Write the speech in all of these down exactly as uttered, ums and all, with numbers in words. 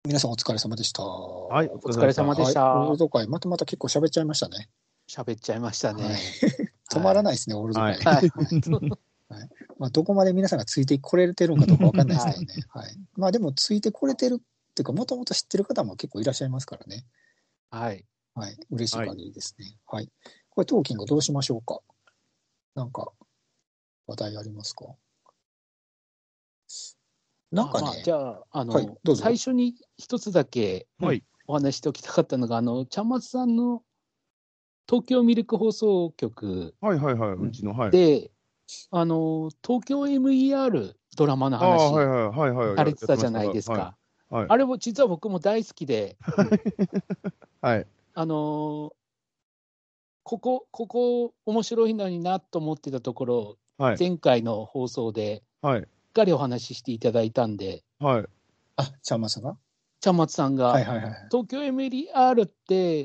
皆さんお疲れ様でした。 はい、おお疲れ様でした。 はい、オールド会、またまた結構喋っちゃいましたね。 喋っちゃいましたね。 はい、止まらないですね、オールド会。 はいはいはいまあ、どこまで皆さんがついてこれてるのかどうかわかんないですけどね。はいはい、まあでもついてこれてるっていうか、もともと知ってる方も結構いらっしゃいますからね。 はい。 はい、嬉しい限りですね。はい。これトーキングどうしましょうか。なんか話題ありますか。なんかね。 まあ、じゃあ、あの、 はい、どうぞ。 最初に一つだけお話しておきたかったのが、あの、ちゃんまつさんの東京ミルク放送局はいはいはい、うちの、はい。 で、あの、東京 エムイーアール ドラマのああ、 話はいはいはいはい。 されてたじゃないですか。 はい。 あれも実は僕も大好きで、 はい。 あの、ここ、ここ面白いのになと思ってたところ、 はい、 前回の放送で、 はい。 しっかりお話ししていただいたんで、 はい。 あ、ちゃんまさんがちゃんまつさんが、 はいはいはい、 東京 エムイーアール って、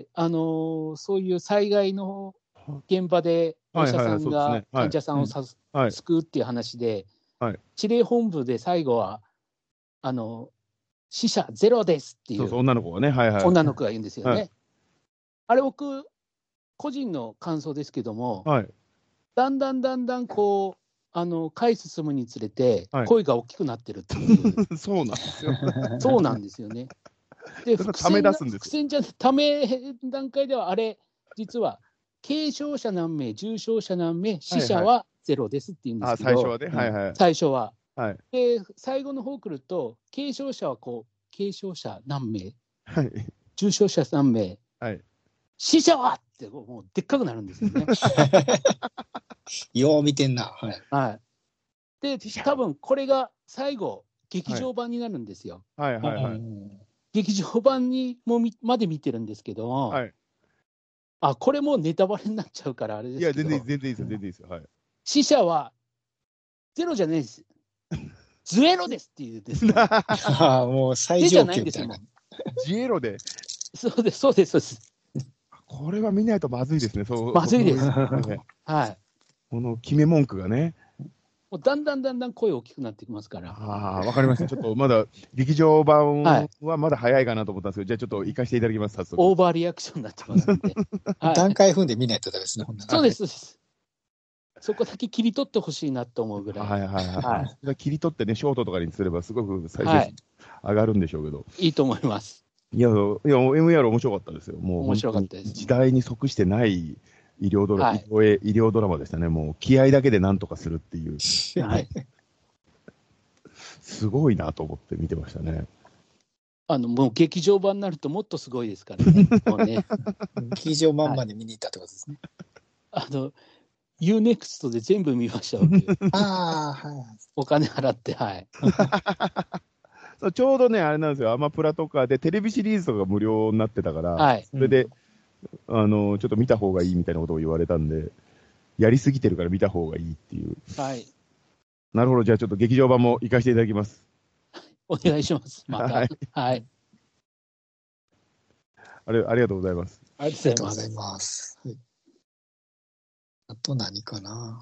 あのー、そういう災害の現場でお医者さんが患者さんをさす、はいはい、救うっていう話で、 はい、 指令本部で最後は、あの死者ゼロですっていう、 そうそう女の子がね、はいはい、 女の子が言うんですよね。はい、あれ僕個人の感想ですけども、はい、だんだんだんだんこうあの回進むにつれて声が大きくなってるっていう、 はい、そうなんですよそうなんですよね。で伏線が伏線じゃため段階ではあれ実は軽症者何名重症者何名死者はゼロですって言うんですけど、 はいはい、あ最初はね、はいはい、 最初は、 はい、 で最後の方来ると軽症者はこう軽症者何名、はい、重症者何名、はい、死者はってもうでっかくなるんですよね。 よう見てんな。はい。 はい、で多分これが最後劇場版になるんですよ。 はいはいはいはい、 劇場版にもみまで見てるんですけども、はい、あこれもうネタバレになっちゃうからあれですけど、 いや全然全然いいですよ全然いいですよ、はい、 死者はゼロじゃないですズエロですっていうですねああもう最上級みたいな。 ジエロでそうですそうですそうです。 これは見ないとまずいですね。そうまずいです。 はい。この決め文句がね。 もうだんだんだんだん声大きくなってきますから。 ああ、わかりました。ちょっとまだ劇場版はまだ早いかなと思ったんですけど、はい、じゃあちょっと行かせていただきます。早速。 オーバーリアクションになってますんで。 はい、段階踏んで見ないとダメですね。 そうですそうです。そこだけ切り取ってほしいなと思うぐらい。 はいはいはい。はい、切り取ってね、ショートとかにすればすごく再生上がるんでしょうけど。はい、 いいと思います。 いや、いや、エムイーアール 面白かったですよ。もう面白かったです。 時代に即してない医療ドラ、はい、医療医療ドラマでしたね。もう気合だけでなんとかするっていう。はい。すごいなと思って見てましたね。 あのもう劇場版になるともっとすごいですからね。もうね劇場版まで見に行ったってことですね。 はい、あの ユーネクスト で全部見ましたああ、はい。 お金払って、はい。 そうちょうどね、あれなんですよ、アマプラとかでテレビシリーズとか無料になってたから、 はい、 それで、うん、あの、ちょっと見た方がいいみたいなことを言われたんで、やりすぎてるから見た方がいいっていう。 はい。 なるほど、じゃあちょっと劇場版も行かせていただきます。 お願いします、また。はい。はい、 あれありがとうございます。 ありがとうございます。 はい、あと何かな。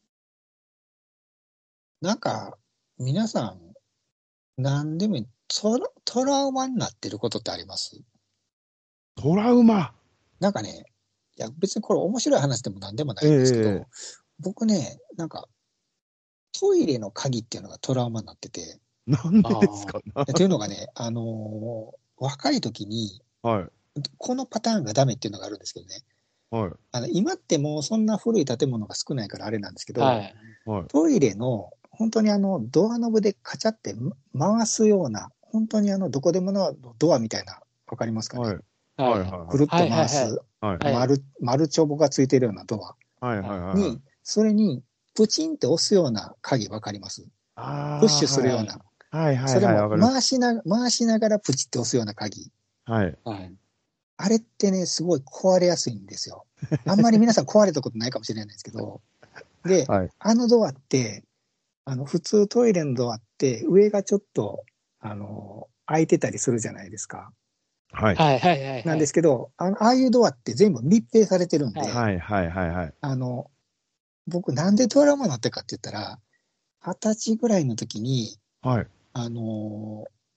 なんか、皆さん、何でもトラ、トラウマになってることってあります？ トラウマなんかね、いや別にこれ面白い話でも何でもないんですけど、えー、僕ね、なんか、トイレの鍵っていうのがトラウマになってて。 なんでですか？ というのがね、あのー、若い時に、はい、このパターンがダメっていうのがあるんですけどね。はい、あの今ってもうそんな古い建物が少ないからあれなんですけど、はい、トイレの本当にあのドアノブでカチャって回すような、本当にあのどこでものドアみたいな、わかりますかね？はいはいはい、くるっと回す、丸、丸チョボがついてるようなドアに、はいはいはいはい、それにプチンって押すような鍵わかります？プッシュするような。はいはいはい、それも回しな、回しながらプチって押すような鍵。はい。あれってね、すごい壊れやすいんですよ。あんまり皆さん壊れたことないかもしれないんですけど。で、はい、あのドアって、あの、普通トイレのドアって、上がちょっと、あの、開いてたりするじゃないですか。 はい。 はいはいはい。 なんですけど、あの、ああいうドアって全部密閉されてるんで、 はいはいはいはい。 あの、僕なんでトラウマになったかって言ったら、二十歳ぐらいの時に、はい。あのー、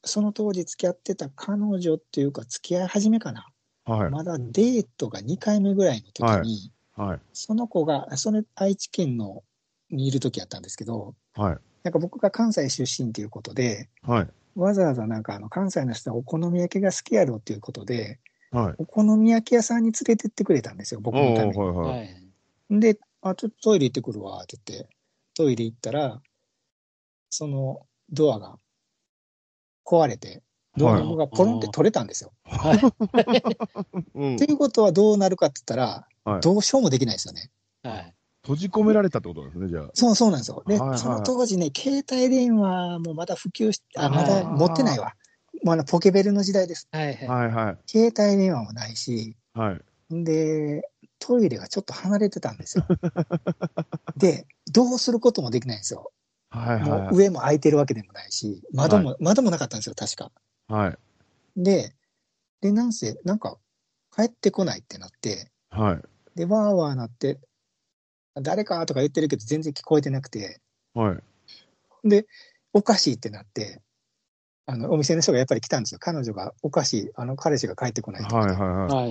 その当時付き合ってた彼女っていうか、付き合い始めかな。はい、まだデートがにかいめぐらいの時に、はいはい、その子が、その愛知県のにいる時やったんですけど、はい、なんか僕が関西出身ということで、はい、わざわざなんかあの関西の人はお好み焼きが好きやろっていうことで、はい、お好み焼き屋さんに連れてってくれたんですよ、僕のために。はいはい、で、あ、ちょっとトイレ行ってくるわって言って、トイレ行ったら、そのドアが壊れて、ドアノブがポロンって取れたんですよ。はい、っていうことはどうなるかって言ったら、はい、どうしようもできないですよね。はい、 閉じ込められたってことですね、じゃあ。 そうそうなんですよ。で、はいはい、その当時ね、携帯電話もまだ普及して、あ、まだ持ってないわ。もうあのポケベルの時代です。はいはい。携帯電話もないし、はい、で、トイレがちょっと離れてたんですよ。で、どうすることもできないんですよ。はいはい、もう上も開いてるわけでもないし、窓も、はい、窓もなかったんですよ、確か。はい。で、で、なんせ、なんか、帰ってこないってなって、はい。で、わーわーなって、誰かとか言ってるけど全然聞こえてなくて、はい。で、おかしいってなって、あの、お店の人がやっぱり来たんですよ。彼女がおかしい、あの、彼氏が帰ってこないとかで。はいはいはい。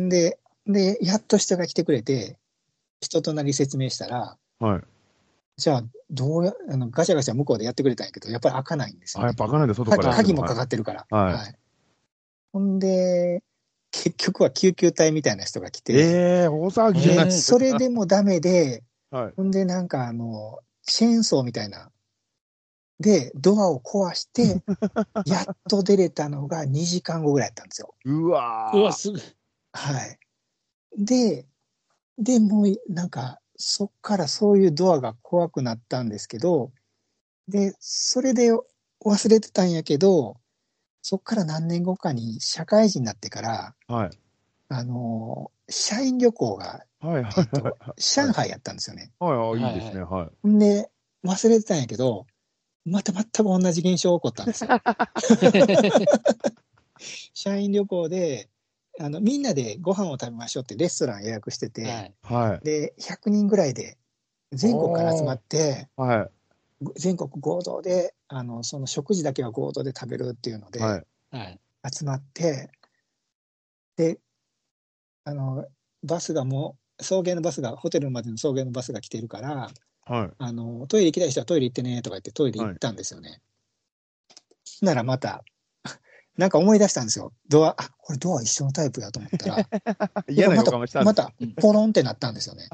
で、で、やっと人が来てくれて、人となり説明したら、はい。じゃあ、どうや、あの、ガチャガチャ向こうでやってくれたんやけど、やっぱり開かないんですよ、ね。 あ、やっぱ開かないんで、外から。 鍵もかかってるから。はい。はい、ほんで、結局は救急隊みたいな人が来て、 ええー、大騒ぎじゃないですか。それでもダメで、はい、ほんで、なんかあの、チェーンソーみたいな。で、ドアを壊して、やっと出れたのがにじかんごぐらいだったんですよ。 うわー。 うわ、すぐ。 はい。で、で、もう、なんか、そっからそういうドアが怖くなったんですけど、で、それで忘れてたんやけど、そっから何年後かに社会人になってから、はい、あの、社員旅行が、はいはい、えっと、上海やったんですよね。 はいはい、いいですね。はい。 んで、忘れてたんやけど、また全く同じ現象起こったんですよ。社員旅行で、あの、みんなでご飯を食べましょうってレストラン予約してて、はい、で、ひゃくにんぐらいで全国から集まって、はい、全国合同で、あの、その食事だけは合同で食べるっていうので、はい、集まって、で、あの、バスがもう、送迎のバスが、ホテルまでの送迎のバスが来てるから、はい、あの、トイレ行きたい人はトイレ行ってねとか言ってトイレ行ったんですよね。はい、ならまた、なんか思い出したんですよ。ドア、あ、これドア一緒のタイプやと思ったら、 嫌な予感がしたんです。また、また、ポロンってなったんですよね。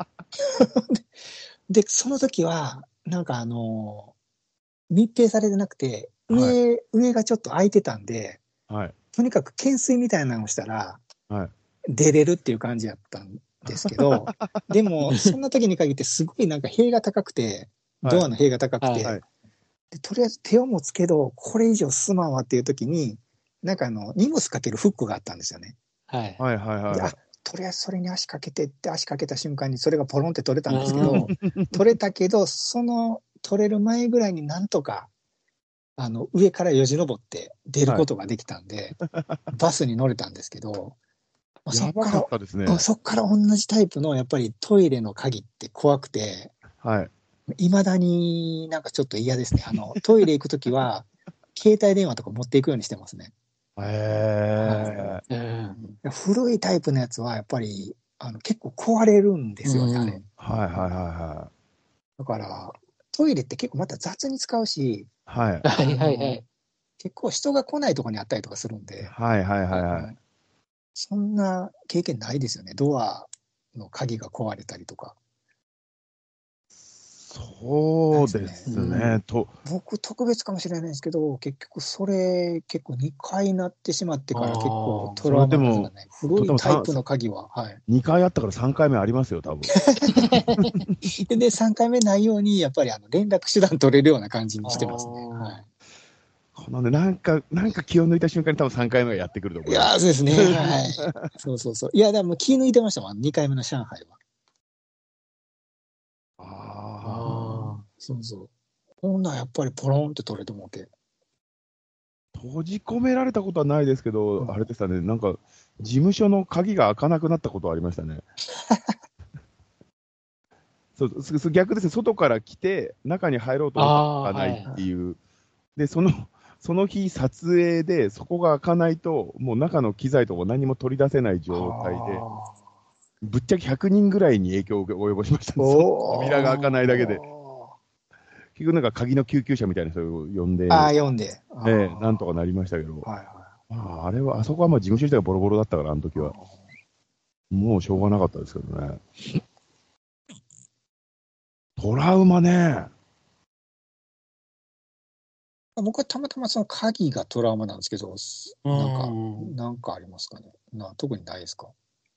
で、その時は、なんかあの、密閉されてなくて、上、はい、上がちょっと開いてたんで、はい、とにかく懸垂みたいなのをしたら、はい、出れるっていう感じやったんですけど、でも、そんな時に限ってすごいなんか塀が高くて、ドアの塀が高くて、はい、でとりあえず手を持つけど、これ以上進まんわっていう時に、なんかあの、荷物かけるフックがあったんですよね。はい。はいはいはい。で、あ、とりあえずそれに足かけてって足かけた瞬間にそれがポロンって取れたんですけど、取れたけど、その取れる前ぐらいになんとか、あの、上からよじ登って出ることができたんで、はい、バスに乗れたんですけど、そっから、ね、そっから同じタイプのやっぱりトイレの鍵って怖くて、はい。未だになんかちょっと嫌ですね。あの、トイレ行くときは、携帯電話とか持っていくようにしてますね。へえ、はい。古いタイプのやつはやっぱり、あの、結構壊れるんですよね、あれ。 はいはいはいはい。 だから、トイレって結構また雑に使うし、 はい。はいはいはい。 結構人が来ないところにあったりとかするんで、 はいはいはいはい。 そんな経験ないですよね。ドアの鍵が壊れたりとか。 そうですね。うん、と僕特別かもしれないですけど、結局それ結構にかいなってしまってから結構トラウマですがね。古いタイプの鍵は、はい。 にかいあったからさんかいめありますよ、多分。 で、で、さんかいめないように、やっぱりあの連絡手段取れるような感じにしてますね。はい。 このね、なんか、なんか気を抜いた瞬間に多分さんかいめがやってくると思う。いやー、そうですね。はい。そうそうそう。いや、でも気抜いてましたもん、にかいめの上海は。ああ。そうそう。ほんならやっぱりポロンって取れてもうて。 閉じ込められたことはないですけど、うん、あれでしたね、なんか、事務所の鍵が開かなくなったことはありましたね。そう逆ですね、外から来て、中に入ろうと思ったら開かないっていう。はい、で、その、 その日撮影でそこが開かないと、もう中の機材とか何も取り出せない状態で、ぶっちゃけひゃくにんぐらいに影響を及ぼしました。扉が開かないだけで。結局なんか鍵の救急車みたいな人を呼んで、 ああ、呼んで。 ええ、なんとかなりましたけど、はいはい、まあ、あれは、あそこはまあ事務所自体がボロボロだったから、あの時は。もうしょうがなかったですけどね。トラウマね。 僕はたまたまその鍵がトラウマなんですけど、なんか、なんかありますかね。な特にないですか。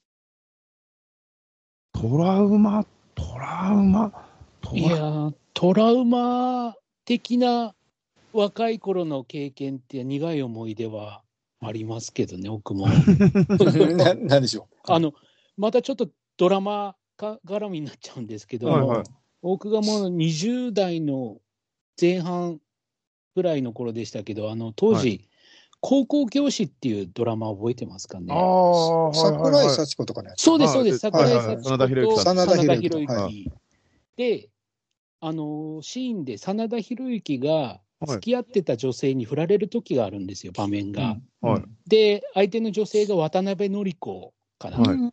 トラウマ、トラウマ、 トラいや、トラウマ的な若い頃の経験って苦い思い出はありますけどね、僕も。 な, なんでしょう。あの、またちょっとドラマか絡みになっちゃうんですけども、はいはい、僕がもうにじゅう代の前半ぐらいの頃でしたけど、あの当時、はい、高校教師っていうドラマ覚えてますかね。 ああ、桜井幸子とかのやつ。 そうです、そうです。桜井幸子と真田広之。 はい、 で、あのシーンで真田広之が付き合ってた女性に振られる時があるんですよ、場面が。 はい、 で、相手の女性が渡辺典子かな。 はい、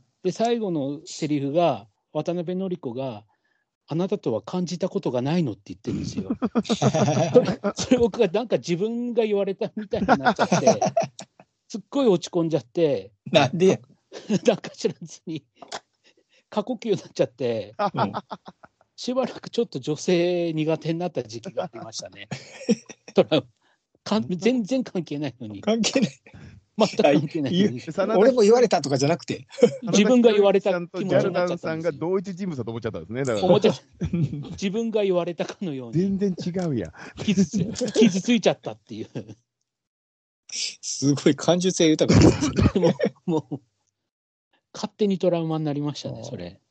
で、最後のセリフが、渡辺典子が、あなたとは感じたことがないのって言ってるんですよ。それ、それ僕がなんか自分が言われたみたいになっちゃって、すっごい落ち込んじゃって、 なんでなんか知らずに過呼吸になっちゃって、うん、しばらくちょっと女性苦手になった時期がありましたね。か全然関係ないのに。 関係ない。 全く関係ないのに。 俺も言われたとかじゃなくて。 自分が言われた気持ちになっちゃったんですよ。 ギャルダンさんが同一人物だと思っちゃったんですね。だから思っちゃ自分が言われたかのように。 全然違うやん。 傷つ、傷ついちゃったっていう。 すごい感受性豊かですね。もう、もう、勝手にトラウマになりましたね、それ。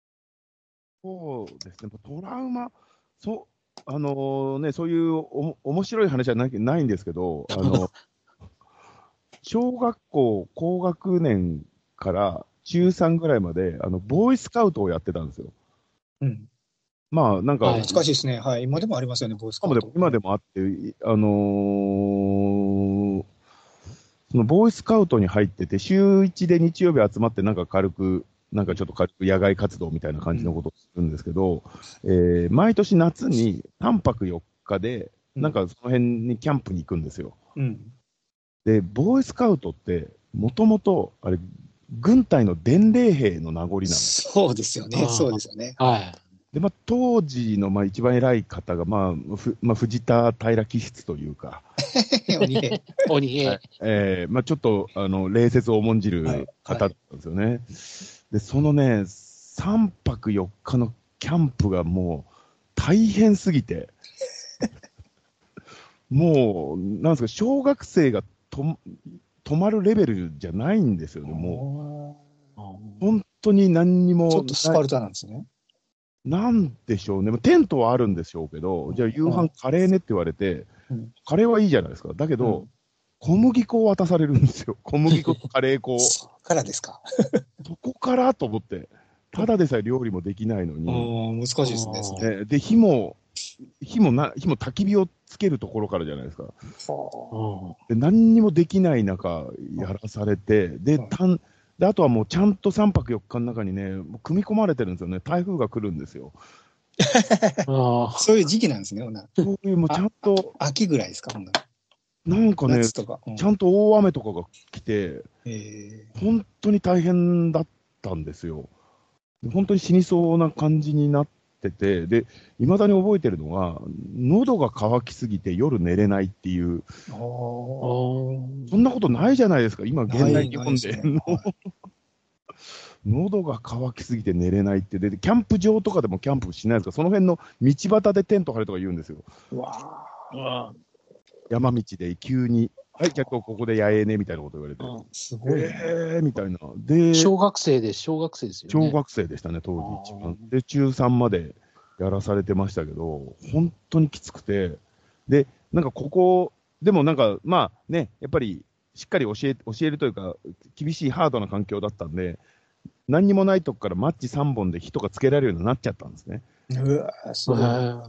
そうですね。トラウマ、そう、あのー、ね、そういうお面白い話はないないんですけど、あの、小学校高学年から中さんぐらいまで、あの、ボーイスカウトをやってたんですよ。 うん。 まあ、なんか、 懐かしいですね。はい。今でもありますよね、ボーイスカウト。 今でもあって、あのー、そのボーイスカウトに入ってて、週いちで日曜日集まって、なんか軽く、なんかちょっと軽く野外活動みたいな感じのことをするんですけど、うん、えー、毎年夏にさんぱくよっかで、なんかその辺にキャンプに行くんですよ。 うん。 で、ボーイスカウトって、もともと、あれ、軍隊の伝令兵の名残なんです。 そうですよね、そうですよね。 はい。 で、まあ、当時の、まあ、一番偉い方が、まあ、ふまあ、藤田平気質というか。 鬼兵。 鬼兵。はい、 えー、まあ、ちょっと、あの、礼節を重んじる方だったんですよね。はいはい、で、そのね、さんぱくよっかのキャンプがもう、大変すぎて、もう、なんですか、小学生がと泊まるレベルじゃないんですよね、もう。本当に何にも。 ちょっとスパルタなんですね。 なんでしょうね。テントはあるんでしょうけど、じゃあ夕飯カレーねって言われて、うん、カレーはいいじゃないですか。だけど、うん、小麦粉を渡されるんですよ。小麦粉とカレー粉を。 そこからですか。 そこからと思って。ただでさえ料理もできないのに。 難しいですね。 で、火も、火もな、火も焚き火をつけるところからじゃないですか。で、何にもできない中、やらされて、で、たん、で、あとはもうちゃんとさんぱくよっかの中にね、組み込まれてるんですよね。台風が来るんですよ。 そういう時期なんですね、 そういう、もうちゃんと。 秋ぐらいですか、 なんかね、うん、ちゃんと大雨とかが来て、 えー、本当に大変だったんですよ。本当に死にそうな感じになってて、で、いまだに覚えてるのが、喉が渇きすぎて夜寝れないっていう。そんなことないじゃないですか、今、現代日本で。でね、喉が渇きすぎて寝れないってで、キャンプ場とかでもキャンプしないですか、その辺の道端でテント張れとか言うんですよ。 うわ山道で急に、はい、じゃあここで野営ねみたいなこと言われて。 すごい、ね。 えーみたいな。で、 小学生で、小学生ですよね。 小学生でしたね、当時一番。で、中さんまでやらされてましたけど、本当にきつくて、で、なんかここ、でもなんか、まあね、やっぱりしっかり教え、教えるというか、厳しいハードな環境だったんで、何にもないとこからマッチさんぼんで火とかつけられるようになっちゃったんですね。 うわそう。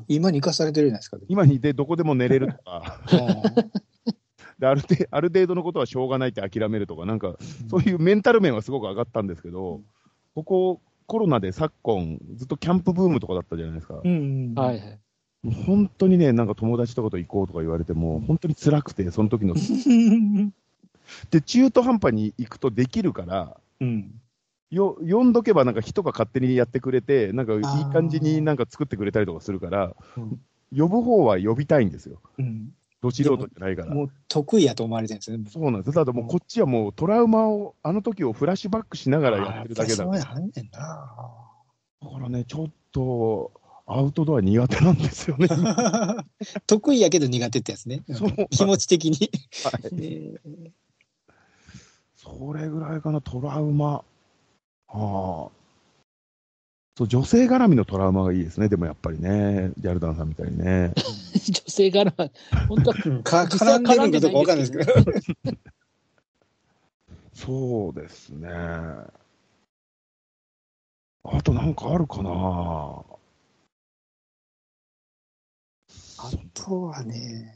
今に生かされてるじゃないですか。 今にでどこでも寝れるとか。である程ある程度のことはしょうがないって諦めるとか、なんか、そういうメンタル面はすごく上がったんですけど、うん、ここ、コロナで昨今、ずっとキャンプブームとかだったじゃないですか。うんはいはい、もう本当にね、なんか友達とかと行こうとか言われても、本当に辛くて、その時の。で、中途半端に行くとできるから、うん、よ呼んどけばなんか人が勝手にやってくれて、なんかいい感じになんか作ってくれたりとかするから、うん、呼ぶ方は呼びたいんですよ。うんど素人じゃないから。 もう得意やと思われてるんですよね。 そうなんです。ただもうこっちはもうトラウマを、あの時をフラッシュバックしながらやってるだけだから。そうなんねんな。だからね、ちょっとアウトドア苦手なんですよね。 得意やけど苦手ってやつね。気持ち的に。はい、 えー。それぐらいかな、トラウマ。ああ。そう女性絡みのトラウマがいいですね、でもやっぱりね、ギャルダンさんみたいにね。 女性絡み、本当は絡んでるかどうかわかんないですけど。 そうですね。あとなんかあるかな。 あとはね、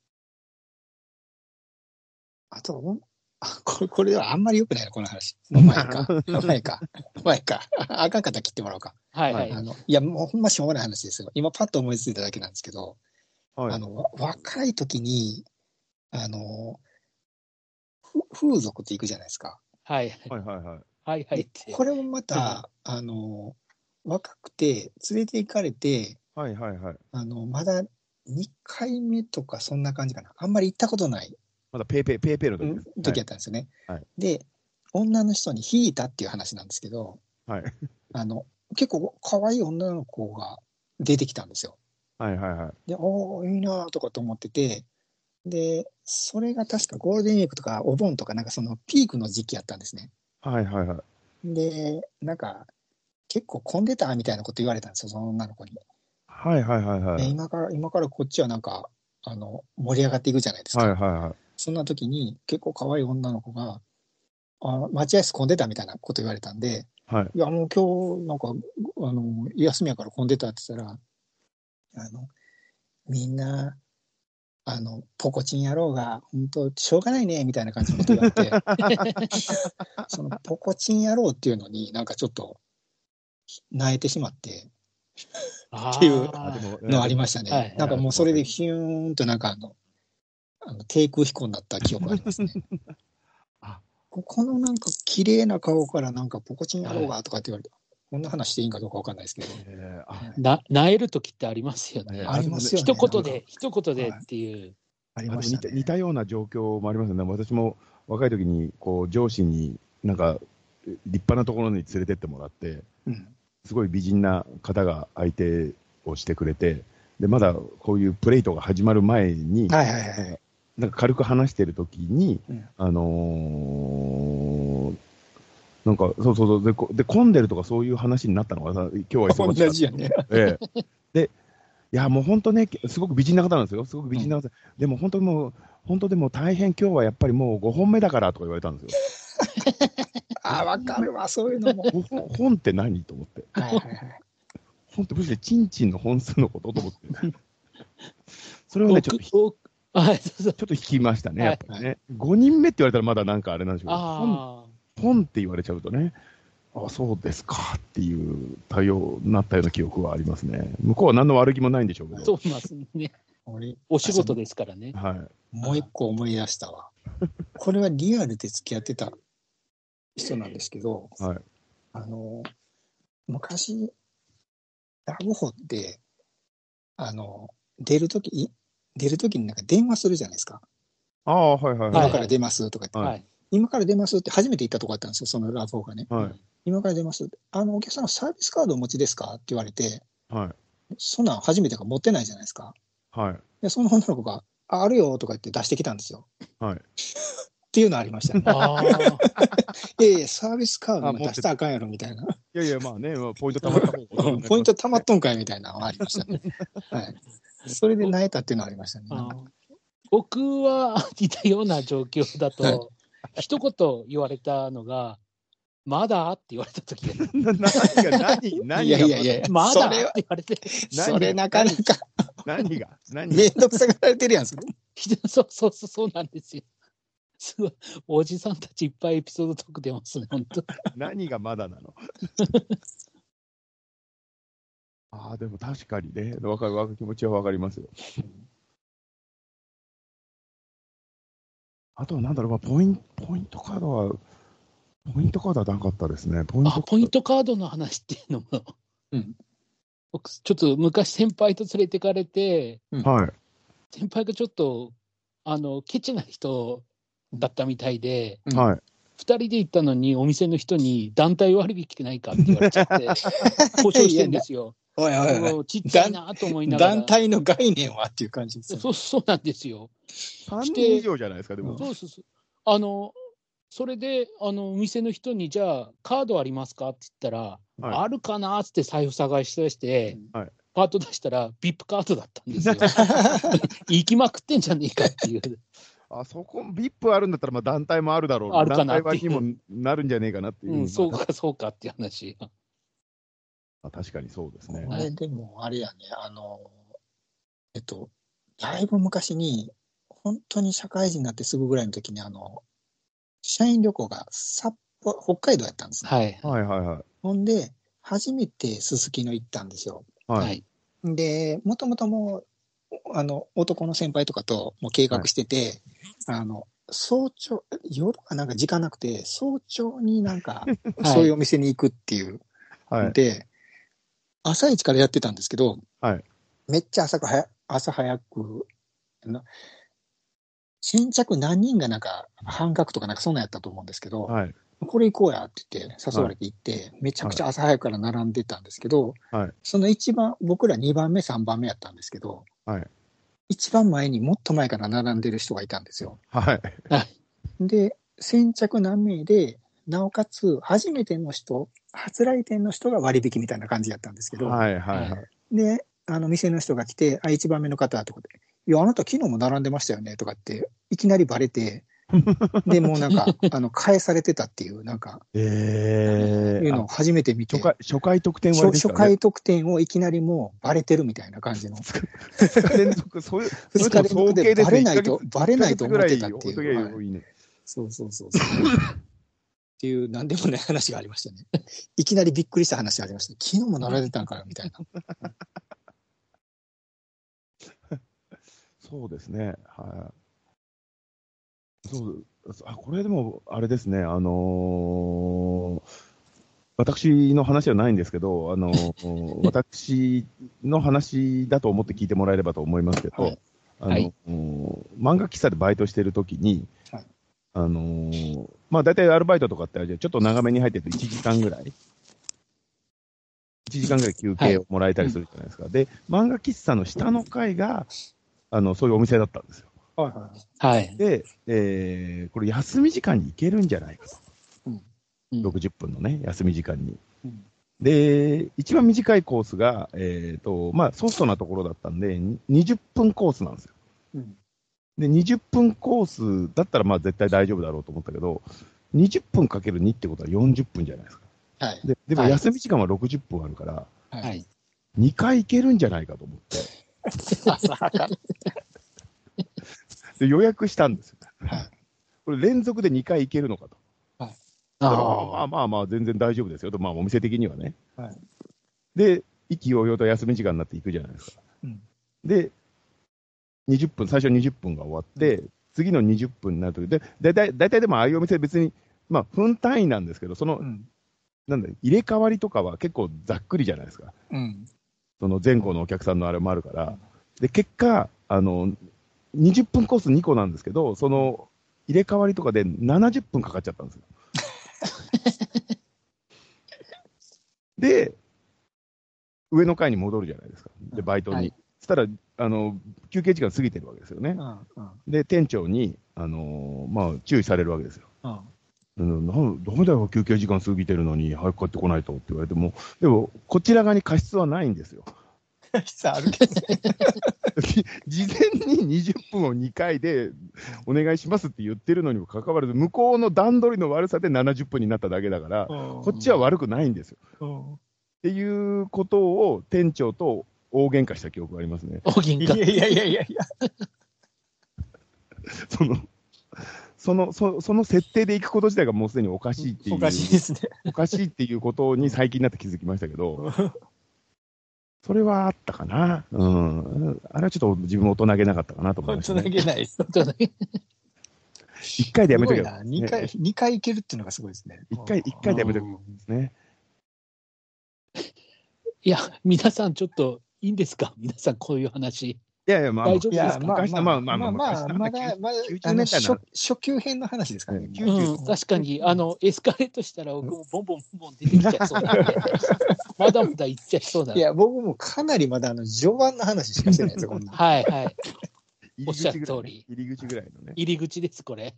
あと、あこれ、これはあんまり良くないな、この話。もう前か。前か。前か。あかんかったら切ってもらおうか。はいはい。あのいや、もうほんましょうがない話ですよ。今パッと思いついただけなんですけど、はい、あの、若い時に、あの、風俗って行くじゃないですか。 はいはいはいはい。 はいはい。 これもまた、あの、若くて連れて行かれて、 はいはいはい。 あの、まだにかいめとかそんな感じかな。あんまり行ったことない。 まだペーペー、ペーペーの時です。 時やったんですよね。はい、で、女の人に引いたっていう話なんですけど、はい、あの結構可愛い女の子が出てきたんですよ。 はいはいはい。 で、おー、いいなとかと思ってて、で、それが確かゴールデンウィークとかお盆とか、なんかそのピークの時期やったんですね。 はいはいはい。 で、なんか、結構混んでたみたいなこと言われたんですよ、その女の子に。 はいはいはいはい。 今から、今からこっちはなんか、あの、盛り上がっていくじゃないですか。 はいはいはい。 そんな時に結構可愛い女の子が、あ待合室混んでたみたいなこと言われたんで、はい、いや、もう今日、なんか、あの、休みやから混んでたって言ったら、あの、みんな、あの、ポコチン野郎が、本当しょうがないね、みたいな感じのこと言われて、そのポコチン野郎っていうのになんかちょっと、泣いてしまって、っていうのありましたね。なんかもうそれでヒューンとなんかあの、あの低空飛行になった記憶がありますね。あこのなんか綺麗な顔からなんかポコチン野郎がとかって言われて、こんな話していいんかどうかわかんないですけど。 えー、な、なえる時ってありますよね。 ありますよね。 一言で、一言でっていう。 ありましたね。似たような状況もありますよね。私も若い時に、こう、上司になんか、立派なところに連れてってもらって、うん、すごい美人な方が相手をしてくれて、で、まだこういうプレートが始まる前に、はいはいはい、なんか軽く話してる時に、うん、あのー、なんか、そうそうそう、で、で混んでるとかそういう話になったのかな、今日は忙しかった。 同じやね。 ええ。で、いや、もう本当ね、すごく美人な方なんですよ。すごく美人な方。うん、でも本当にもう、本当でも大変今日はやっぱりもうごほんめだからとか言われたんですよ。 ああ、わかるわ、そういうのも。 本, 本って何と思って。はいはいはい。本ってむしろチンチンの本数のことと思って。それをね、ちょっと、ちょっと引きましたね、やっぱりね。ごにんめって言われたらまだなんかあれなんでしょうけど、本, 本って言われちゃうとね、あ、そうですかっていう対応になったような記憶はありますね。向こうは何の悪気もないんでしょうけど。 そうますね。お仕事ですからね。 はい。もう一個思い出したわ。これはリアルで付き合ってた人なんですけど、はい、あの、昔、ラブホって、あの、出るとき、出るときになんか電話するじゃないですか。 ああ、はいはいはい。 今から出ますとか言って、はい、今から出ますって初めて行ったとこあったんですよ、そのラブホがね。はい、今から出ますって。あの、お客さんサービスカードお持ちですかって言われて、はい、そんなん初めてか持ってないじゃないですか。はい。で、その女の子が、あ、あるよとか言って出してきたんですよ。はい。っていうのありましたね。ああ。いやいや、サービスカード出したらあかんやろみたいな。いやいや、まあね、ポイントたまった方が。ポイントたまっとんかいみたいなのはありましたね。はい。それで萎えたっていうのはありましたね。 僕は似たような状況だと、はい、一言言われたのが、 まだって言われた時で。 何が、何、何が。 いやいやいや、 まだって言われて。 それなかなか。 何が、何が。 めんどくさがられてるやん、それ。 そうそうそう、そうなんですよ。すごい。おじさんたちいっぱいエピソードトーク出ますね、本当。 何がまだなのああ、でも確かにね、わかる、わかる気持ちはわかりますよ。あとはなんだろう、まあ、ポイント、ポイントカードは、ポイントカードはなかったですね。 ポイントあ、ポイントカードの話っていうのも、うん、僕、ちょっと昔先輩と連れてかれて、 うん、はい。 先輩がちょっと、あの、ケチな人だったみたいで、 うん、はい。 ふたりで行ったのに、お店の人に団体割引ないかって言われちゃって、交渉してるんですよ。 おいおいおい、 ちっちゃいなと思いながら。 団体の概念はっていう感じですよ。 そう、そうなんですよ。 さんにん以上じゃないですか、でも。 そうそうそう。あの、それで、あの、お店の人に、じゃあ、カードありますかって言ったら、はい、あるかなって財布探し出して、はい、パート出したら、ビップ カードだったんですよ。行きまくってんじゃねえかっていう。 あそこ、ビップ あるんだったら、まあ団体もあるだろうな。 あるかなっていう。 団体割にもなるんじゃねえかなっていう。 うん、そうか、そうかっていう話。 あ、確かにそうですね。 あれでも、あれやね、あの、えっと、だいぶ昔に、本当に社会人になってすぐぐらいの時に、あの、社員旅行が札幌、北海道やったんですね。 はい。 はいはいはい。 ほんで、初めてすすきの行ったんですよ。 はい。 で、もともともう、あの、男の先輩とかともう計画してて、はい、あの、早朝、夜はなんか時間なくて、早朝になんか、そういうお店に行くっていう。はい、で、朝一からやってたんですけど、 はい、 めっちゃ朝か早朝早く、先着何人がなんか半額とかなんかそんなんやったと思うんですけど、はい、これ行こうやって言って誘われて行って、はい、めちゃくちゃ朝早くから並んでたんですけど、はい、その一番、僕らにばんめ、さんばんめやったんですけど、はい、一番前にもっと前から並んでる人がいたんですよ。 はい、 で、先着何名で、なおかつ初めての人、初来店の人が割引みたいな感じやったんですけど、 はいはいはい、 で、あの店の人が来て、あ、一番目の方とかで、いや、あなた昨日も並んでましたよねとかって、いきなりバレて、で、もうなんか、あの、返されてたっていう、なんか、 えー、 いうのを初めて見て、 初回、初回特典割ですかね、初回特典をいきなりもうバレてるみたいな感じの。 ふつか連続、そういう、 ふつか連続でバレないと、バレないと思ってたっていう。 はい、いいね、 そうそうそうそう。っていう、なんでもない話がありましたね。いきなりびっくりした話がありました。昨日も並んでたんかよ、みたいな。 そうですね。はい。そう、あ、これでも、あれですね、あのー、私の話じゃないんですけど、あのー、私の話だと思って聞いてもらえればと思いますけど、はい、あの、はい、漫画喫茶でバイトしてるときに、はい、あのー、まあ大体アルバイトとかってあれじゃちょっと長めに入ってるといちじかんぐらい、いちじかんぐらい休憩をもらえたりするじゃないですか。はい、で、漫画喫茶の下の階が、あの、そういうお店だったんですよ。 はいはい。 で、えー、これ休み時間に行けるんじゃないかと。うんうん、ろくじゅっぷんのね、休み時間に。うん、で、一番短いコースが、えっと、まあ、ソフトなところだったんで、にじゅっぷんコースなんですよ。うん、で、にじゅっぷんコースだったら、まあ、絶対大丈夫だろうと思ったけど、にじゅっぷんかけるにってことはよんじゅっぷんじゃないですか。はい、で, でも休み時間はろくじゅっぷんあるから、はい、にかい行けるんじゃないかと思って。で予約したんですよ。はい、これ連続でにかい行けるのかと。はい、あまあまあまあ全然大丈夫ですよと、まあお店的にはね。はい、で、意気揚々と休み時間になって行くじゃないですか。うん、で、にじゅっぷん、最初にじゅっぷんが終わって、うん、次のにじゅっぷんになるときで、だいたい、だいたいでもああいうお店別に、まあ分単位なんですけど、その、うん、なんだ、入れ替わりとかは結構ざっくりじゃないですか。うん、その前後のお客さんのあれもあるから。で、結果、あの、にじゅっぷんコースにこなんですけど、その入れ替わりとかでななじゅっぷんかかっちゃったんですよ。で、上の階に戻るじゃないですか。で、バイトに。はい、そしたら、あの、休憩時間過ぎてるわけですよね。うんうん、で、店長に、あのー、まあ、注意されるわけですよ。うん、なダメだよ、休憩時間過ぎてるのに、早く帰ってこないとって言われても、でも、こちら側に過失はないんですよ。 室あるけどね。 事前ににじゅっぷんをにかいでお願いしますって言ってるのにもかかわらず、向こうの段取りの悪さでななじゅっぷんになっただけだから、こっちは悪くないんですよ。っていうことを店長と大喧嘩した記憶がありますね。 大喧嘩。 いやいやいやいやいや。 そのそのそその設定で行くこと自体がもうすでにおかしいっていう、 おかしいですね。 おかしいっていうことに最近になって気づきましたけど、それはあったかな。うん。あれはちょっと自分も大人げなかったかなと思いました、ね。 大人げないです。 一回でやめとけよ。 二回、二回いけるっていうのがすごいですね。 一回、一回でやめとけですね。 いや、皆さんちょっといいんですか？皆さんこういう話。 いやいや、まあ、 大丈夫ですか？ まあ、まあ、まあ、まあ、 まあ、まだ、まだ、きゅうじゅうねんだいの初級編の話ですからね。 うん、確かに、あの、エスカレートしたら僕もボンボンボンボン出てきちゃいそうなんで、まだまだ行っちゃいそうなんで。 いや、僕もかなりまだ、あの、序盤の話しかしてないですよ、こんな。 はいはい。おっしゃる通り。 入り口ぐらいのね。 入り口です、これ。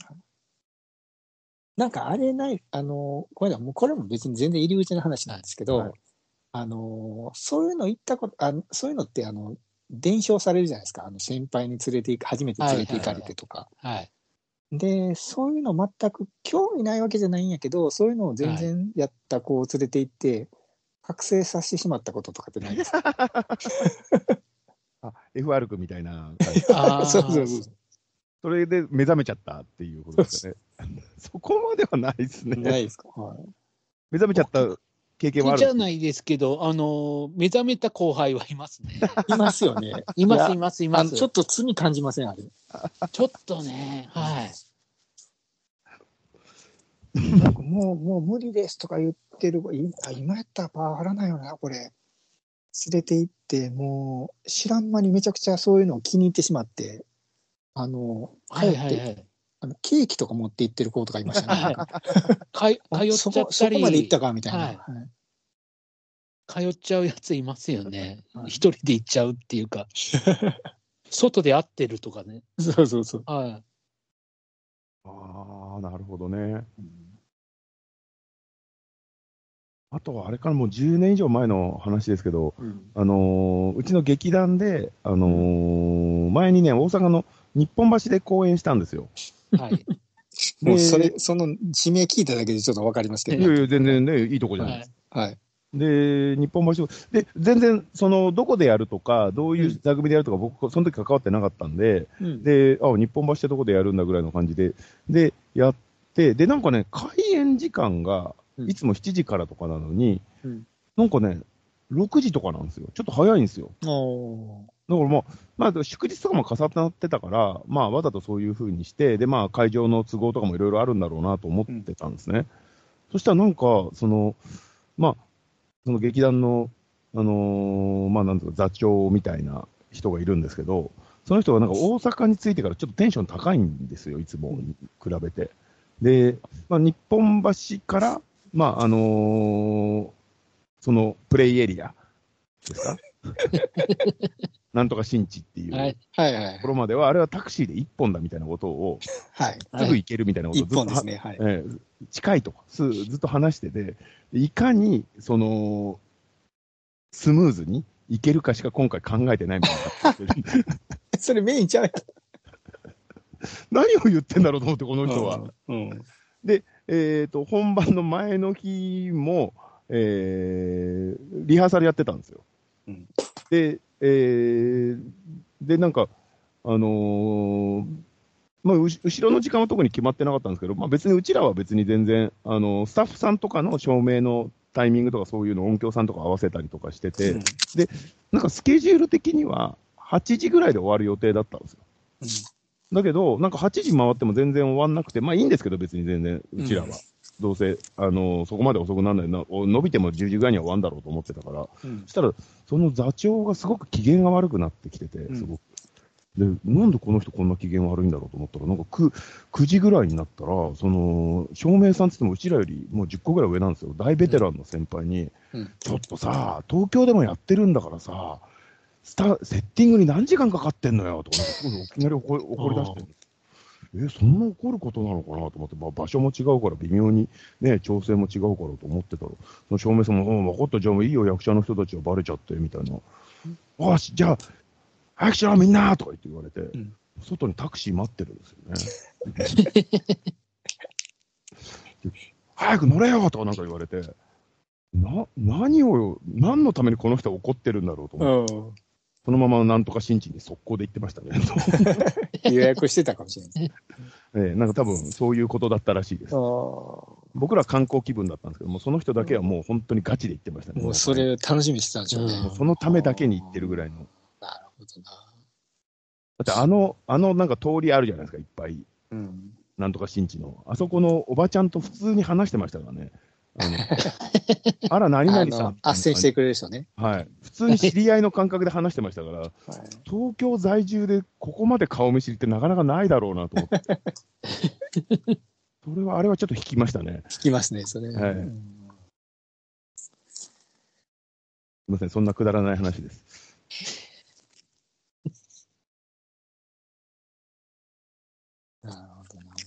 なんかあれない、あの、これも、これも別に全然入り口の話なんですけど、あの、そういうの行ったこと、あのそういうのって、あの、伝承されるじゃないですか。あの先輩に連れて行く、初めて連れて行かれてとか。 はいはいはい。 で、そういうの全く興味ないわけじゃないんやけど、そういうのを全然やった子を連れて行って、覚醒させてしまったこととかってないですか？ あ、エフアール 君みたいな感じ。 あそうそうそう。 それで目覚めちゃったっていうことですよね。そこまではないですね。 ないですか。はい、 目覚めちゃった経験はあるじゃないですけど、あの、目覚めた後輩はいますね。 いますよね。 います、います、います。 ちょっと罪感じません、あれ。 ちょっとね、はい。 もう、もう無理ですとか言ってる、今やったらパワハラないよな、これ。連れて行って、もう、知らん間にめちゃくちゃそういうのを気に入ってしまって、あの、帰って、はいはいはい、あのケーキとか持って行ってる子とかいましたね。 はい、通っちゃったりそこまで行ったかみたいな。はいはい、通っちゃうやついますよね。はい、一人で行っちゃうっていうか、外で会ってるとかね。 そうそうそう。 はい。 ああ、なるほどね。うん、あとはあれからもうじゅうねん以上前の話ですけど、うん、あのー、うちの劇団で、あのー、前にね、大阪の日本橋で公演したんですよ。 はい。 もうそれ、その地名聞いただけでちょっとわかりますけど、ね。 いやいや、全然ね、いいとこじゃないですか。はい。はい、で、日本橋で、全然、その、どこでやるとか、どういう座組でやるとか、うん、僕、その時関わってなかったんで、うん、で、あ、日本橋ってどこでやるんだぐらいの感じで、で、やって、で、なんかね、開演時間が、いつもしちじからとかなのに、うん、なんかね、ろくじとかなんですよ。ちょっと早いんですよ。だからまあ、まあ、祝日とかも重なってたから、まあ、わざとそういう風にして、で、まあ、会場の都合とかもいろいろあるんだろうなと思ってたんですね。うん、そしたらなんか、その、まあ、その劇団の、あのー、まあ、なんていうか、座長みたいな人がいるんですけど、その人がなんか大阪に着いてからちょっとテンション高いんですよ、いつもに比べて。で、まあ、日本橋から、まあ、あのー、そのプレイエリアですかなんとか新地っていうところまでは、あれはタクシーで一本だみたいなことを、はい、すぐ行けるみたいなことをずっと、 一本ですね、はい、 えー、近いとずっと話してて、いかにそのスムーズに行けるかしか今回考えてないみたいなそれメインちゃうやん。 何を言ってんだろうと思って、この人は。うんうん、で、えーと、本番の前の日も、えー、リハーサルやってたんですよ。うん、で、えー、で、なんか、あのー、まあ、後ろの時間は特に決まってなかったんですけど、まあ、別にうちらは別に全然、あのー、スタッフさんとかの照明のタイミングとかそういうの音響さんとか合わせたりとかしてて、うん、で、なんかスケジュール的にははちじぐらいで終わる予定だったんですよ。うん、だけど、なんかはちじ回っても全然終わんなくて、まあいいんですけど別に全然、うちらは。うん、どうせ、あのー、そこまで遅くならないな、伸びてもじゅうじぐらいには終わるんだろうと思ってたから、うん、そしたら、その座長がすごく機嫌が悪くなってきてて、すごく。うん、で、なんでこの人こんな機嫌悪いんだろうと思ったら、なんか 9, 9時ぐらいになったら、その、照明さんって言ってもうちらよりもうじゅっこぐらい上なんですよ。大ベテランの先輩に、うん、ちょっとさ、東京でもやってるんだからさ、スタセッティングに何時間かかってんのよとか、なんかすごいいきなり怒り怒り出してるんです。え、そんな怒ることなのかなと思って、まあ、場所も違うから微妙にね、調整も違うからと思ってたら、その照明さんも、うん、分かった、じゃあもういいよ、役者の人たちはバレちゃって、みたいなよし、じゃあ、早くしろ、みんなとか言って言われて、うん、外にタクシー待ってるんですよね。早く乗れよとかなんか言われて、な、何を、何のためにこの人は怒ってるんだろうと思って、うん、そのままなんとか新地に速攻で行ってましたね。 予約してたかもしれない。 ええ、なんか多分そういうことだったらしいです。僕らは観光気分だったんですけども、その人だけはもう本当にガチで行ってましたね。 もうそれ楽しみにしてたんでしょうね。 もうそのためだけに行ってるぐらいの。 なるほどな。 だってあの、あのなんか通りあるじゃないですか、いっぱい。うん、なんとか新地の。あそこのおばちゃんと普通に話してましたからね。あのあら、何々さん。 斡旋してくれる人ね。 はい。普通に知り合いの感覚で話してましたから、はい、東京在住でここまで顔見知りってなかなかないだろうなと思って。それは、あれはちょっと引きましたね。 引きますね、それ。はい。うん、 すみません、そんなくだらない話です。 なるほどな。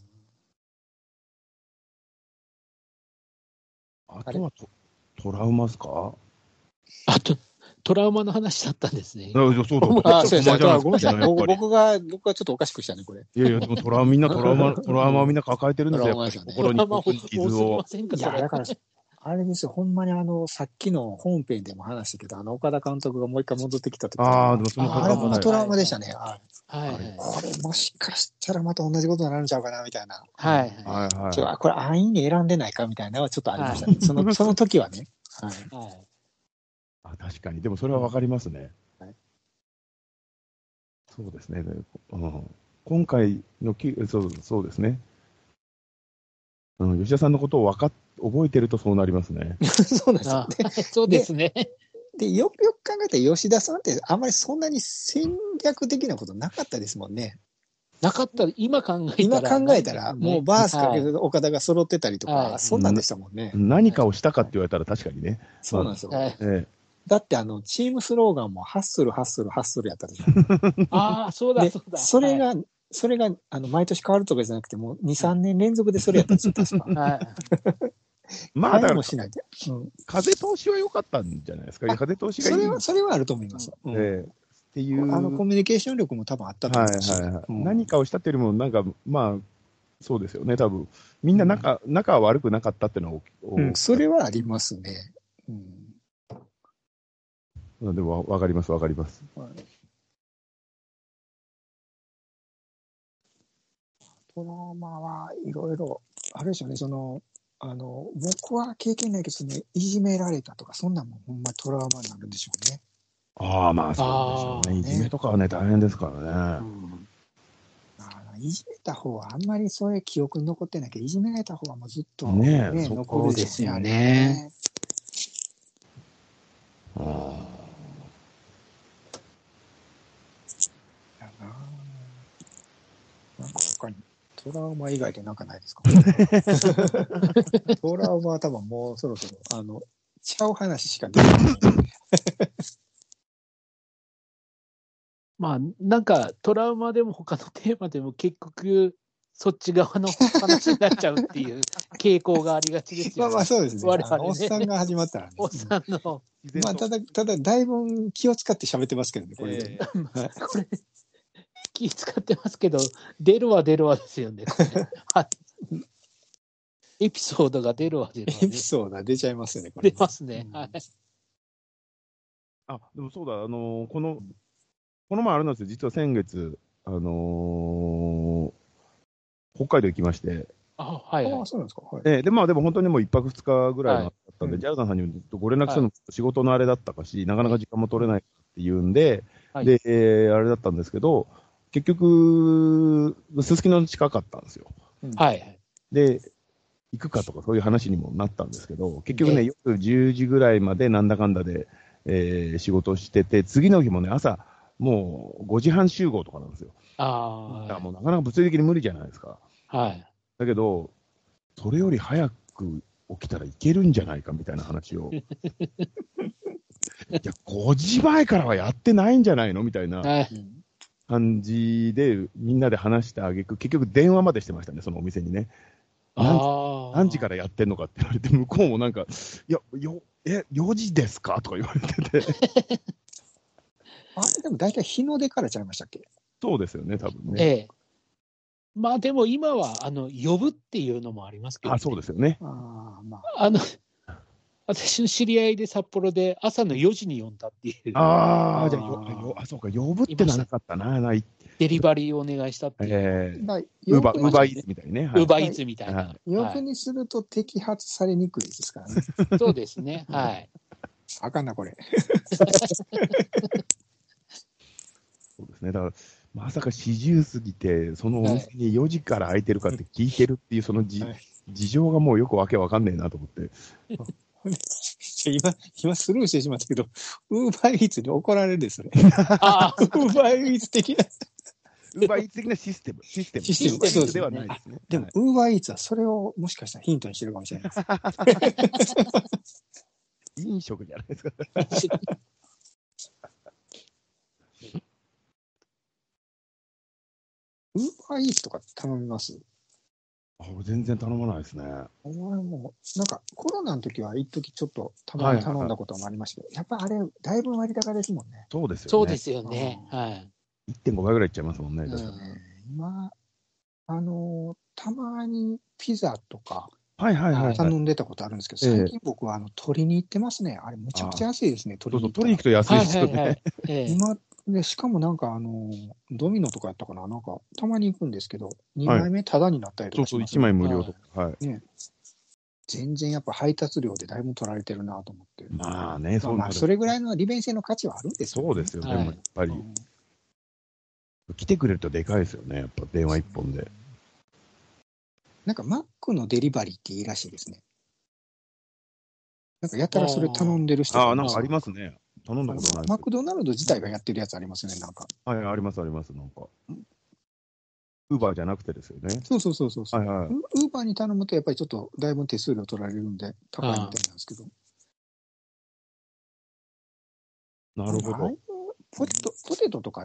あとはトトラウマですか？ あと、トラウマの話だったんですね。 そうそう。 あ、そうですね。ごめんなさい。僕が、僕がちょっとおかしくしたね、これ。 いやいや、でもトラウマ、みんなトラウマ、トラウマをみんな抱えてるんですよ。心に傷を。 いや、だから、あれですよ、ほんまにあの、さっきの本編でも話したけど、あの、岡田監督がもう一回戻ってきた時ああ、でもそのあれもトラウマでしたね。 はい。 これもしかしたらまた同じことになるんちゃうかな、みたいな。 はい。 はいはい。 ちょ、これ安易に選んでないかみたいなのはちょっとありましたね。その、その時はね。はい。 あ、確かに。でもそれはわかりますね。はい、そうですね。うん、今回のきそう、そうですね。うん、吉田さんのことをわかっ覚えてるとそうなりますね。 そうなんですよ、 ね。そうですね。 で、よくよく考えたら吉田さんってあんまりそんなに戦略的なことなかったですもんね。 なかったら、今考えたら。 今考えたら、もうバースかけて岡田が揃ってたりとか、はい、そんなんでしたもんね。 何かをしたかって言われたら確かにね。 そうなんですよ。 はい、ええ、 だってあの、チームスローガンもハッスル、ハッスル、ハッスルやったでしょ。 ああ、そうだ、そうだ。 それが、はい、それが、あの、毎年変わるとかじゃなくて、もうに、さんねん連続でそれやったんですよ、確か。はい。 まあ、だからもしないで、 うん。風通しは良かったんじゃないですか。風通しがいい。 それは、それはあると思います。うん、 ええ、っていう。 あの、コミュニケーション力も多分あったと思いますし。はいはいはい、 うん、何かをしたっていうよりも、なんか、まあ、そうですよね、多分。みんな仲、うん、仲は悪くなかったっていうのは、 うん、それはありますね。うん。 でも、わかります、わかります。はい、 トラウマはいろいろ、あれですよね、その、あの、僕は経験ないけどね、いじめられたとか、そんなもんほんまトラウマになるんでしょうね。 ああ、まあそうでしょうね。いじめとかはね、大変ですからね。うん、 あいじめた方はあんまりそういう記憶に残ってないけど、いじめられた方はもうずっとね、ね残るですよね。ああ。やな。なんか他にトラウマ以外でなんかないですか？トラウマは多分もうそろそろあのちゃう話しか出ない。 まあなんかトラウマでも他のテーマでも結局そっち側の話になっちゃうっていう傾向がありがちですよね。 まあまあそうですね。我々ね、おっさんが始まったらね。 おっさんの。 まあただただだいぶ気を使って喋ってますけどねこれで。えー、これ気使ってますけど出るは出るわですよね。エピソードが出るわ出るわ、ね。 エピソードが出ちゃいますよね。 これ出ますね。はい。 あでもそうだあのー、このこの前あれなんですよ実は先月あのー、北海道行きまして。 あはい、はい。 あそうなんですか。はい。 えー、でまあでも本当にもう一泊二日ぐらいだったんで、はい、ジャルさんさんにもずっとご連絡するの、はい、仕事のあれだったかし、なかなか時間も取れないっていうんで、はい、で、えー、あれだったんですけど、結局、すすきの近かったんですよ。 はい。 で、行くかとかそういう話にもなったんですけど、結局ね、夜じゅうじぐらいまでなんだかんだで、えー、仕事してて、次の日もね、朝、もうごじはん集合とかなんですよ。 ああ。 だからもうなかなか物理的に無理じゃないですか。 はい。 だけど、それより早く起きたらいけるんじゃないかみたいな話を。いや、ごじまえからはやってないんじゃないのみたいな感じで、みんなで話してあげく、結局電話までしてましたね、そのお店にね。何時、何時からやってんのかって言われて、向こうもなんか、いや、よ、え、よじですかとか言われてて。 あれでも大体日の出からちゃいましたっけ？ そうですよね、多分ね。 ええ。まあでも今は、あの、呼ぶっていうのもありますけど、ね。 あ、そうですよね。 ああ、まあ。 あの、私の知り合いで札幌で朝のよじに呼んだっていう。 ああ、じゃあよ、よ、あ、そうか、呼ぶってのはなかったな、ない。 デリバリーをお願いしたっていう。 ええー。ウーバー、ウーバーイーツみたいにね。 ウーバーイーツみたいな。 呼ぶにすると摘発されにくいですからね。 そうですね。はい。 あかんな、これ。 そうですね。だから、まさかしじゅう過ぎて、そのお店によじから空いてるかって聞いてるっていう、そのじ、はい、事情がもうよくわけわかんねえなと思って。 今、今スルーしてしまったけど、ウーバーイーツに怒られるですね。ああ、ウーバーイーツ的な。 ウーバーイーツ的なシステム。システム。システムではないですね。 でも、ウーバーイーツはそれをもしかしたらヒントにしてるかもしれないです。 飲食じゃないですか。 ウーバーイーツとか頼みます？ あ、全然頼まないですね。 俺もなんかコロナの時は一時ちょっとたまに頼んだこともありましたけど、はいはいはい、やっぱあれだいぶ割高ですもんね。 そうですよね。 そうですよね。はい。 いってんごばいぐらいいっちゃいますもんね。うん、 今あのたまにピザとかはいはいはい、 頼んでたことあるんですけど、最近僕はあの取りに行ってますね。あれむちゃくちゃ安いですね。 取りに行くと。取りに行くと安いですよね。はいはいはいえー、今でしかもなんかあのドミノとかやったかな、なんかたまに行くんですけど、にまいめタダになったりとかします、 ね。はい、そうそう、いちまい無料とか。はい。 ね。全然やっぱ配達料でだいぶ取られてるなと思って。 まあね、 まあ、まあそれぐらいの利便性の価値はあるんですよね。 そうですよね、はい、やっぱり、うん。来てくれるとでかいですよね、やっぱ電話一本で。 なんかマックのデリバリーっていいらしいですね。なんかやたらそれ頼んでる人がいます。ああ、なんかありますね。頼んだことない。 マクドナルド自体がやってるやつありますよね、なんか。 はい、ありますあります、なんか。ウーバーじゃなくてですよね。 そうそうそうそう。 はいはい。 ウーバーに頼むとやっぱりちょっとだいぶ手数料取られるんで高いみたいなんですけど。 なるほど。 ポテト、ポテトとかって、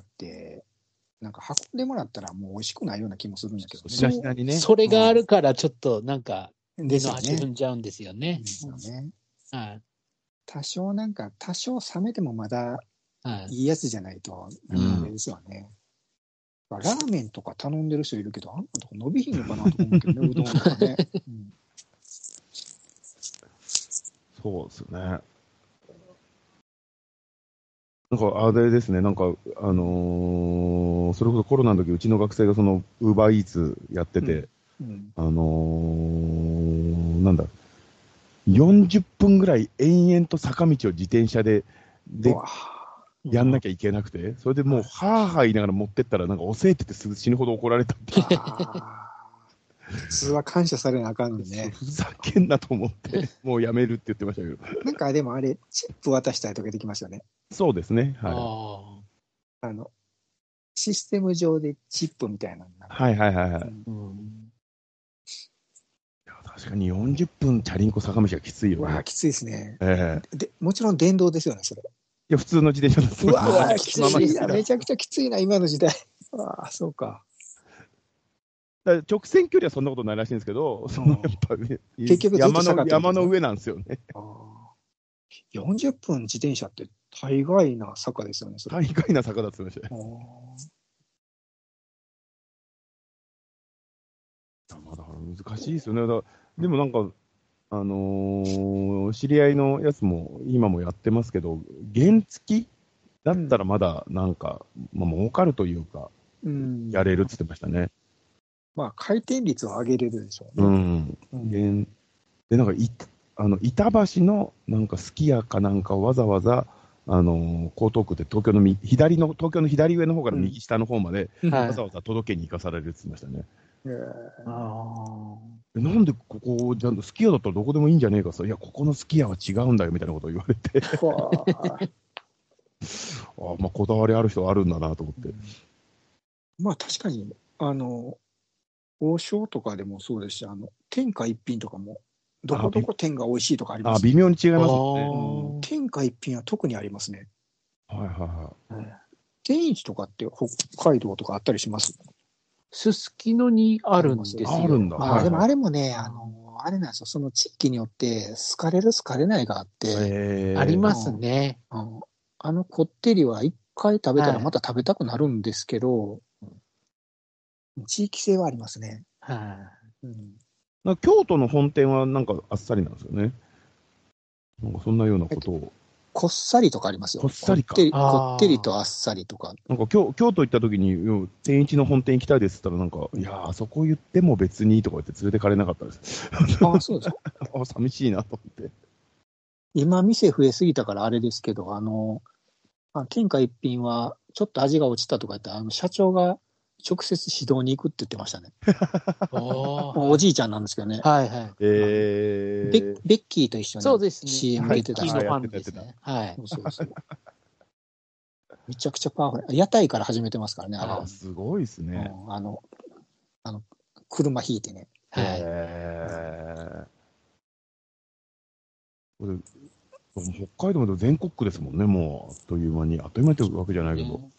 なんか運んでもらったらもう美味しくないような気もするんだけどね。 しなしなにね。それがあるからちょっとなんか、手の足踏んじゃうんですよね。 ですよね。 はい。 多少なんか、多少冷めてもまだいいやつじゃないと、ダメですよね。ラーメンとか頼んでる人いるけど、あんなとこ伸びひんのかなと思うけどね、うどんとかね。うん、 そうですね。なんか、あれですね、なんか、あのー、それこそコロナの時、うちの学生がその、ウーバーイーツやってて、うんうん、あのー、なんだ、よんじゅっぷんぐらい延々と坂道を自転車で、で、やんなきゃいけなくて、それでもう、はぁはぁ言いながら持ってったら、なんか遅えっててすぐ死ぬほど怒られたって。 普通は感謝されなあかんのにね。 ふざけんなと思って、もうやめるって言ってましたけど。 なんかでもあれ、チップ渡したりとかできますよね。 そうですね。はい。 あの、システム上でチップみたいなのな。 はいはいはいはい。うん、いや確かによんじゅっぷんチャリンコ坂道はきついよね。 わあ、きついですね。 えー、で。もちろん電動ですよね、それ。 いや、普通の自転車です。 うわあ、きついな。めちゃくちゃきついな、今の時代。ああ、そうか。 だ直線距離はそんなことないらしいんですけど、そのやっぱ、ね、結局山の山の上なんですよね。あよんじゅっぷん自転車って大概な坂ですよね、それ。 大概な坂だって言ってましたね。まだ難しいですよね。だでもなんか、あのー、知り合いのやつも今もやってますけど、原付きだったらまだなんか、うん、まあ儲かるというか、うん、やれるって言ってましたね。 まあ回転率を上げれるでしょうね。うん。うん、で、なんかい、あの、板橋のなんかすき家かなんかをわざわざ、あのー、江東区で東京のみ左の、東京の左上の方から右下の方まで、うん、わざわざ届けに行かされるって言ってましたね。はい、あなんでここ、じゃあ、すき家だったらどこでもいいんじゃねえかさ、いや、ここのすき家は違うんだよみたいなことを言われて。あまあ、こだわりある人はあるんだなと思って。うん、 まあ、確かに、あの、王将とかでもそうですし、あの、天下一品とかも、どこどこ天が美味しいとかありますね。あ、微妙に違いますよね。天下一品は特にありますね。 はいはいはい。 うん、天一とかって北海道とかあったりします？ すすきのにあるんですよ。 あるんだ。 まあ、でもあれもね、あの、あれなんですよ。その地域によって好かれる好かれないがあって。 ありますね。 うん、あのこってりは回食べたらまた食べたくなるんですけど、はい、地域性はありますね。 はい、 うん、京都の本店はなんかあっさりなんですよね。なんかそんなようなことを。 こっさりとかありますよ。 こっさりか。 こってり、こってりとあっさりとか。 なんか京京都行った時に、天一の本店行きたいですって言ったら、なんか、いやー、あそこ言っても別にとか言って連れてかれなかったです。 ああ、そうですか。 あ、寂しいなと思って。 今、店増えすぎたからあれですけど、あの、あ天下一品は、ちょっと味が落ちたとか言って、あの、社長が直接指導に行くって言ってましたね。お, おじいちゃんなんですけどね。 はいはい。 えー、 ベ, ベッキーと一緒にシーエム出てた。 ベッキーのファンですね。はい。 そうそうそう。めちゃくちゃパワフル。屋台から始めてますからね、あれは。 すごいですね。 うん、あの、あの、車引いてね。 はい。 えー、これ北海道も全国区ですもんね、もう、あっという間に。あっという間ってわけじゃないけど。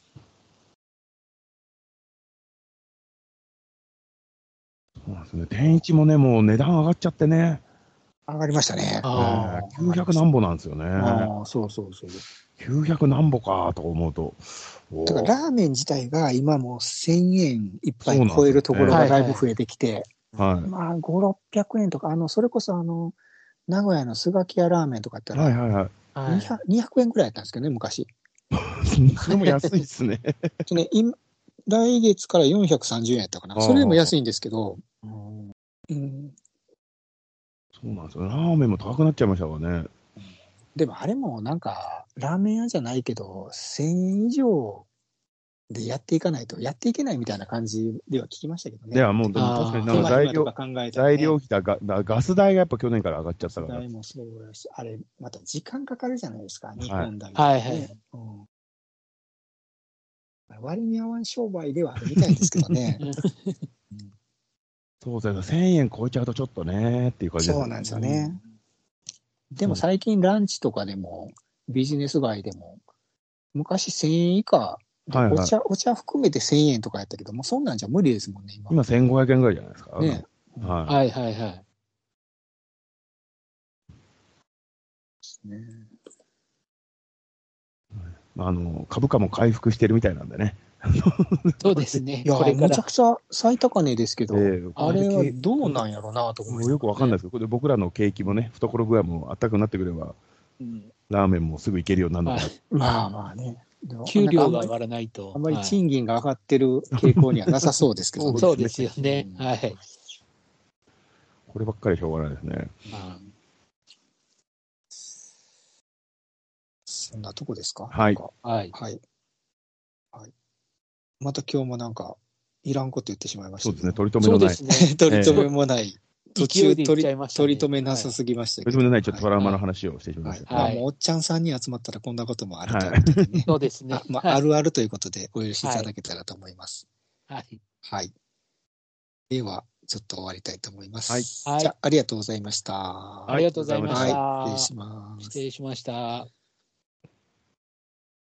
そうなんですね。天一もね、もう値段上がっちゃってね。 上がりましたね。 あきゅうひゃくなんぼなんですよね。 ああ、そうそうそう。 きゅうひゃくなんぼかと思うと。 だからラーメン自体が今もうせんえんいっぱい超えるところがだいぶ増えてきて、 はい、 まあご、ろっぴゃくえんとか、あの、それこそあの、名古屋のスガキ屋ラーメンとかって言ったら、はいはいはい、にひゃく, にひゃくえんぐらいやったんですけどね、昔。 それも安いですね。 ね今来月からよんひゃくさんじゅうえんやったかな。それでも安いんですけど、うんうん、 そうなんですよ。ラーメンも高くなっちゃいましたからね。 でもあれもなんか、ラーメン屋じゃないけど、せんえん以上でやっていかないと、やっていけないみたいな感じでは聞きましたけどね。 いや、もうでも確かになんか材料、ね、材料費だが、ガス代がやっぱ去年から上がっちゃったから。 ガス代もそうだし、あれ、また時間かかるじゃないですか、日本だけ、 ね。はいはいはいうん。割に合わん商売ではあるみたいですけどね。うんそうですね、せんえん超えちゃうとちょっとねっていう感じです。 そうなんですよね。うん、でも最近ランチとかでも、ビジネス街でも、昔せんえん以下、はいはい、お茶、お茶含めてせんえんとかやったけども、そんなんじゃ無理ですもんね、今。 今せんごひゃくえんぐらいじゃないですか。 ね、 うん、はい、はいはいはい。 ね、 あの株価も回復してるみたいなんでね。 そうですね。 いや、これめちゃくちゃ最高値ですけど、えー、あれはどうなんやろうなと思います、 ね、よくわかんないですけど、これ僕らの景気もね、懐具合もあったかくなってくれば、うん、ラーメンもすぐ行けるようになるのかな。 まあまあね。 給料が上がらないと。 あんまり賃金が上がってる傾向にはなさそうですけどね。そうですよね。はい。 こればっかりしょうがないですね。 まあ、そんなとこですか。 はい。 はい。はい。はい。また今日もなんか、いらんこと言ってしまいました。 そうですね。取り留めのない。 そうですね。取り留めもない。途中取り、 ね、 取り留めなさすぎましたけど。 取り留めのないちょっとトラウマの話をしてしまいました。 はいはい、まあ、もうおっちゃんさんに集まったらこんなこともあるということで、ね。はい、 そうですね。 あ、まあ、あるあるということでお許しいただけたらと思います。 はい。 はい。では、ちょっと終わりたいと思います。 はい。 じゃあ、ありがとうございました。 ありがとうございました。 はい、失礼します。 失礼しました。